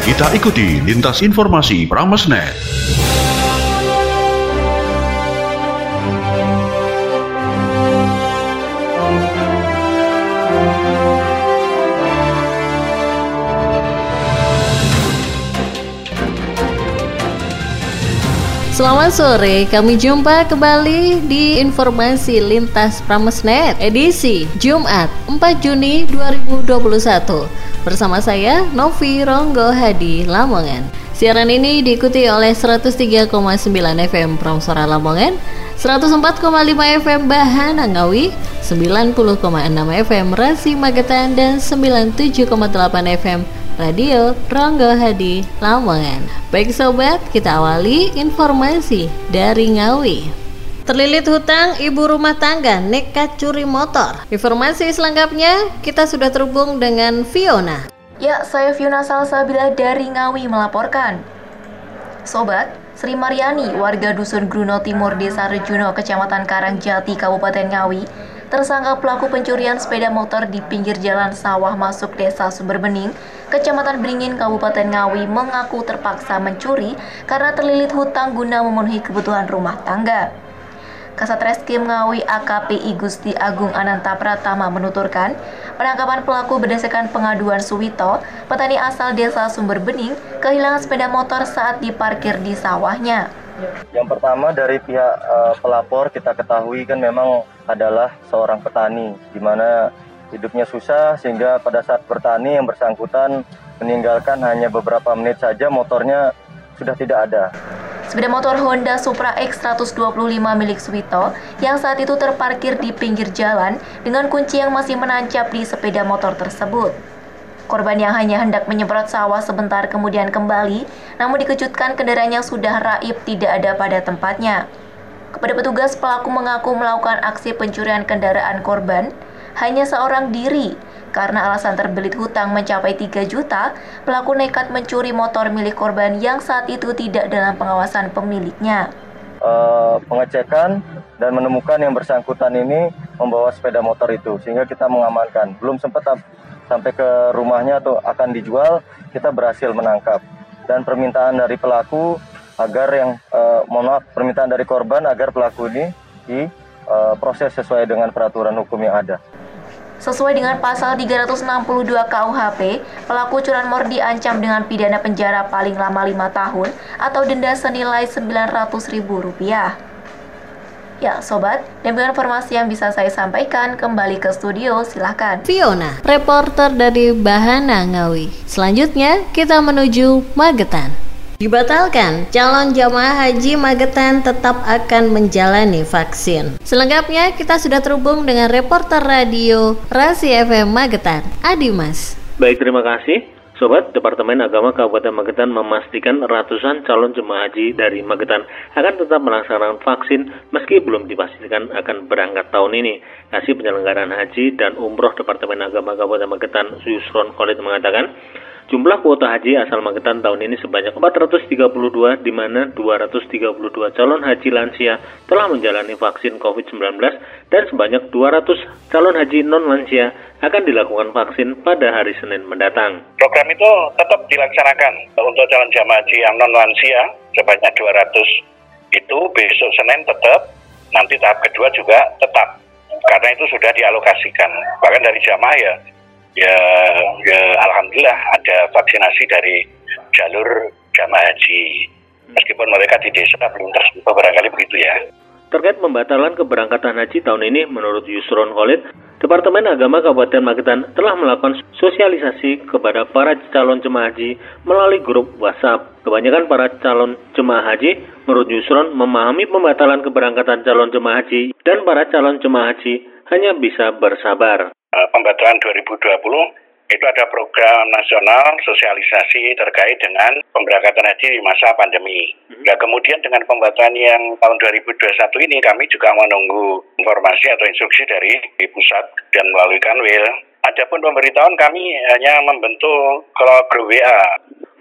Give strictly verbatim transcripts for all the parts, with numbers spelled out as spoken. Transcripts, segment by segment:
Kita ikuti lintas informasi Pramesnet. Selamat sore, kami jumpa kembali di informasi lintas Pramesnet edisi Jumat empat Juni dua ribu dua puluh satu. Bersama saya Novi Ronggo Hadi Lamongan. Siaran ini diikuti oleh seratus tiga koma sembilan F M Pramsora Lamongan, seratus empat koma lima F M Bahana Ngawi, sembilan puluh koma enam F M Rasi Magetan, dan sembilan puluh tujuh koma delapan F M Radio Ronggo Hadi Lamongan. Baik sobat, kita awali informasi dari Ngawi. Terlilit hutang, ibu rumah tangga nekat curi motor. Informasi selengkapnya kita sudah terhubung dengan Fiona. Ya, saya Fiona Salsabila dari Ngawi melaporkan. Sobat, Sri Mariani, warga Dusun Gruno Timur, Desa Rejuno, Kecamatan Karangjati, Kabupaten Ngawi, tersangka pelaku pencurian sepeda motor di pinggir jalan sawah masuk Desa Sumberbening, Kecamatan Beringin, Kabupaten Ngawi, mengaku terpaksa mencuri karena terlilit hutang guna memenuhi kebutuhan rumah tangga. Kasat Reskrim Ngawi A K P I Gusti Agung Ananta Pratama menuturkan, penangkapan pelaku berdasarkan pengaduan Suwito, petani asal Desa Sumberbening, kehilangan sepeda motor saat diparkir di sawahnya. Yang pertama dari pihak uh, pelapor kita ketahui kan memang adalah seorang petani, di mana hidupnya susah sehingga pada saat bertani yang bersangkutan meninggalkan hanya beberapa menit saja motornya sudah tidak ada. Sepeda motor Honda Supra X seratus dua puluh lima milik Suwito yang saat itu terparkir di pinggir jalan dengan kunci yang masih menancap di sepeda motor tersebut. Korban yang hanya hendak menyemprot sawah sebentar kemudian kembali, namun dikejutkan kendaraannya sudah raib tidak ada pada tempatnya. Kepada petugas, pelaku mengaku melakukan aksi pencurian kendaraan korban hanya seorang diri. Karena alasan terbelit hutang mencapai tiga juta, pelaku nekat mencuri motor milik korban yang saat itu tidak dalam pengawasan pemiliknya. Uh, pengecekan dan menemukan yang bersangkutan ini membawa sepeda motor itu, sehingga kita mengamankan. Belum sempat sampai ke rumahnya atau akan dijual, kita berhasil menangkap. Dan permintaan dari pelaku agar yang, uh, mohon maaf, permintaan dari korban agar pelaku ini diproses uh, sesuai dengan peraturan hukum yang ada. Sesuai dengan pasal tiga ratus enam puluh dua K U H P, pelaku curanmor diancam dengan pidana penjara paling lama lima tahun atau denda senilai sembilan ratus ribu rupiah. Ya, sobat, demikian informasi yang bisa saya sampaikan. Kembali ke studio, silahkan. Fiona, reporter dari Bahana Ngawi. Selanjutnya, kita menuju Magetan. Dibatalkan, calon jamaah haji Magetan tetap akan menjalani vaksin. Selengkapnya kita sudah terhubung dengan reporter radio Rasi F M Magetan, Adimas. Baik, terima kasih. Sobat, Departemen Agama Kabupaten Magetan memastikan ratusan calon jemaah haji dari Magetan akan tetap melaksanakan vaksin meski belum dipastikan akan berangkat tahun ini. Kasih Penyelenggaraan Haji dan Umroh Departemen Agama Kabupaten Magetan, Yusron Khalid, mengatakan jumlah kuota haji asal Magetan tahun ini sebanyak empat ratus tiga puluh dua, di mana dua ratus tiga puluh dua calon haji lansia telah menjalani vaksin covid sembilan belas dan sebanyak dua ratus calon haji non-lansia akan dilakukan vaksin pada hari Senin mendatang. Program itu tetap dilaksanakan untuk calon jamaah haji yang non-lansia sebanyak dua ratus itu besok Senin tetap, nanti tahap kedua juga tetap, karena itu sudah dialokasikan. Bahkan dari jamaah ya Ya, ya alhamdulillah ada vaksinasi dari jalur jamaah haji. Meskipun mereka di desa belum tersentuh, barangkali begitu ya. Terkait pembatalan keberangkatan haji tahun ini, menurut Yusron Khalid, Departemen Agama Kabupaten Magetan telah melakukan sosialisasi kepada para calon jemaah haji melalui grup WhatsApp. Kebanyakan para calon jemaah haji, menurut Yusron, memahami pembatalan keberangkatan calon jemaah haji dan para calon jemaah haji hanya bisa bersabar. Pembatalan dua ribu dua puluh itu ada program nasional sosialisasi terkait dengan pemberangkatan haji di masa pandemi. Nah, kemudian dengan pembatalan yang tahun dua ribu dua puluh satu ini kami juga menunggu informasi atau instruksi dari pusat dan melalui Kanwil. Adapun pemberitahuan kami hanya membentuk grup W A.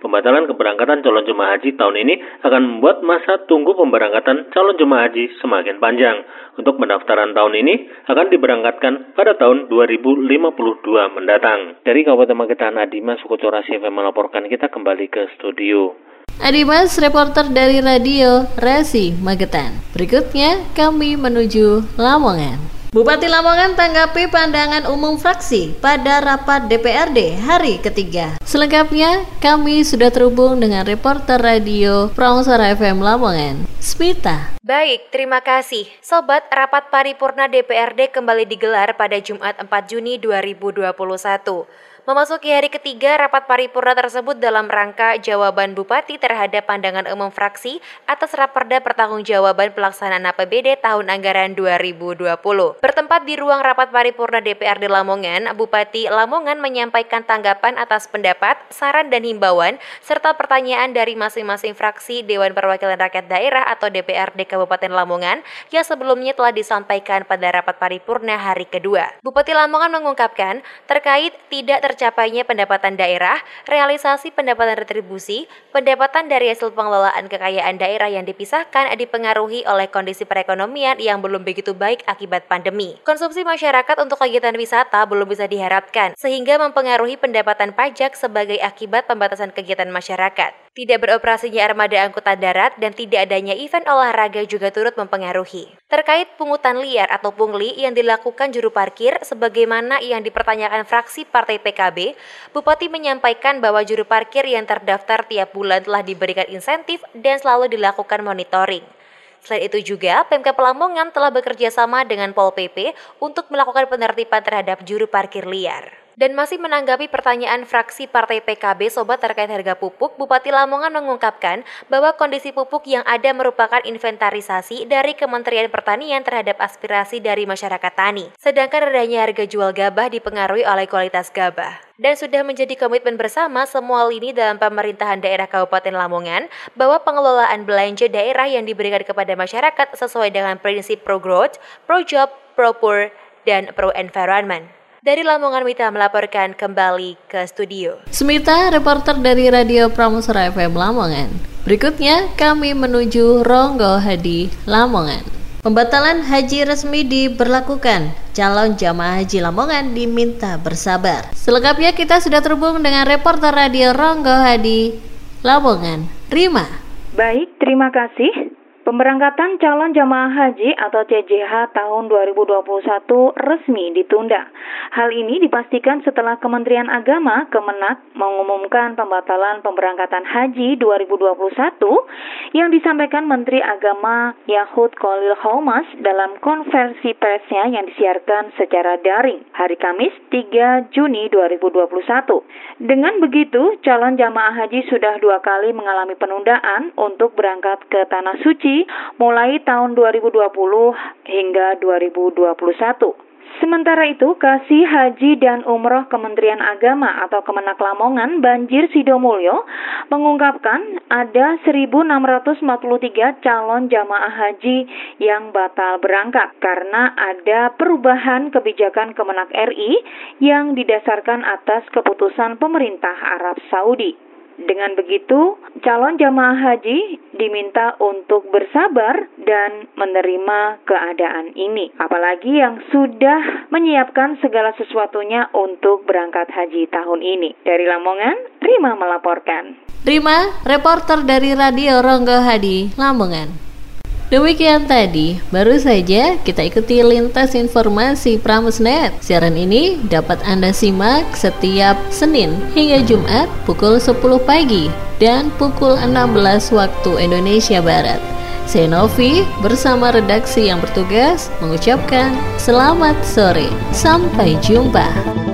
Pembatalan keberangkatan calon jemaah haji tahun ini akan membuat masa tunggu pemberangkatan calon jemaah haji semakin panjang. Untuk pendaftaran tahun ini akan diberangkatkan pada tahun dua ribu lima puluh dua mendatang. Dari Kabupaten Magetan, Adimas Sukutora C F M melaporkan. Kita kembali ke studio. Adimas, reporter dari Radio Rasi Magetan. Berikutnya kami menuju Lamongan. Bupati Lamongan tanggapi pandangan umum fraksi pada rapat D P R D hari ketiga. Selengkapnya kami sudah terhubung dengan reporter Radio Prameswara F M Lamongan, Smita. Baik, terima kasih. Sobat, rapat paripurna D P R D kembali digelar pada Jumat empat Juni dua ribu dua puluh satu. Memasuki hari ketiga, rapat paripurna tersebut dalam rangka jawaban Bupati terhadap pandangan umum fraksi atas Raperda Pertanggungjawaban Pelaksanaan A P B D tahun anggaran dua ribu dua puluh. Bertempat di ruang rapat paripurna D P R D Lamongan, Bupati Lamongan menyampaikan tanggapan atas pendapat, saran dan himbauan, serta pertanyaan dari masing-masing fraksi Dewan Perwakilan Rakyat Daerah atau D P R D Kabupaten Lamongan yang sebelumnya telah disampaikan pada rapat paripurna hari kedua. Bupati Lamongan mengungkapkan terkait tidak ter tercapainya pendapatan daerah, realisasi pendapatan retribusi, pendapatan dari hasil pengelolaan kekayaan daerah yang dipisahkan dipengaruhi oleh kondisi perekonomian yang belum begitu baik akibat pandemi. Konsumsi masyarakat untuk kegiatan wisata belum bisa diharapkan, sehingga mempengaruhi pendapatan pajak sebagai akibat pembatasan kegiatan masyarakat. Tidak beroperasinya armada angkutan darat dan tidak adanya event olahraga juga turut mempengaruhi. Terkait pungutan liar atau pungli yang dilakukan juru parkir sebagaimana yang dipertanyakan fraksi Partai P K B, Bupati menyampaikan bahwa juru parkir yang terdaftar tiap bulan telah diberikan insentif dan selalu dilakukan monitoring. Selain itu juga, Pemkab Lamongan telah bekerja sama dengan Pol P P untuk melakukan penertiban terhadap juru parkir liar. Dan masih menanggapi pertanyaan fraksi Partai P K B Sobat terkait harga pupuk, Bupati Lamongan mengungkapkan bahwa kondisi pupuk yang ada merupakan inventarisasi dari Kementerian Pertanian terhadap aspirasi dari masyarakat tani. Sedangkan rendahnya harga jual gabah dipengaruhi oleh kualitas gabah. Dan sudah menjadi komitmen bersama semua lini dalam pemerintahan daerah Kabupaten Lamongan bahwa pengelolaan belanja daerah yang diberikan kepada masyarakat sesuai dengan prinsip pro-growth, pro-job, pro-poor, dan pro-environment. Dari Lamongan, Mita melaporkan kembali ke studio. Smita, reporter dari Radio Prameswara F M Lamongan. Berikutnya kami menuju Ronggo Hadi, Lamongan. Pembatalan haji resmi diberlakukan. Calon jamaah haji Lamongan diminta bersabar. Selengkapnya kita sudah terhubung dengan reporter Radio Ronggo Hadi, Lamongan, Rima. Baik, terima kasih. Pemberangkatan calon jamaah haji atau C J H tahun dua ribu dua puluh satu resmi ditunda. Hal ini dipastikan setelah Kementerian Agama Kemenak mengumumkan pembatalan pemberangkatan haji dua ribu dua puluh satu yang disampaikan Menteri Agama Yahud Khalil Khoumas dalam konferensi persnya yang disiarkan secara daring hari Kamis tiga Juni dua ribu dua puluh satu. Dengan begitu, calon jamaah haji sudah dua kali mengalami penundaan untuk berangkat ke Tanah Suci mulai tahun dua ribu dua puluh hingga dua ribu dua puluh satu. Sementara itu, Kasih Haji dan Umroh Kementerian Agama atau Kemenak Lamongan Banjir Sidomulyo mengungkapkan ada seribu enam ratus empat puluh tiga calon jamaah haji yang batal berangkat karena ada perubahan kebijakan Kemenak R I yang didasarkan atas keputusan pemerintah Arab Saudi. Dengan begitu, calon jamaah haji diminta untuk bersabar dan menerima keadaan ini. Apalagi yang sudah menyiapkan segala sesuatunya untuk berangkat haji tahun ini. Dari Lamongan, Rima melaporkan. Rima, reporter dari Radio Ronggo Hadi, Lamongan. Demikian tadi, baru saja kita ikuti lintas informasi Pramesnet. Siaran ini dapat Anda simak setiap Senin hingga Jumat pukul sepuluh pagi dan pukul enam belas waktu Indonesia Barat. Saya Novi bersama redaksi yang bertugas mengucapkan selamat sore. Sampai jumpa.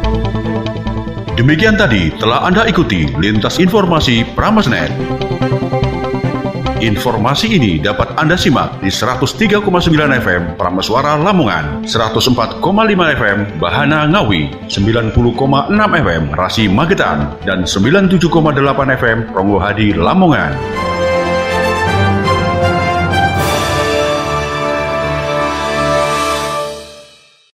Demikian tadi telah Anda ikuti lintas informasi Pramesnet. Informasi ini dapat Anda simak di seratus tiga koma sembilan F M Prameswara Lamongan, seratus empat koma lima F M Bahana Ngawi, sembilan puluh koma enam F M Rasi Magetan, dan sembilan puluh tujuh koma delapan F M Ronggo Hadi Lamongan.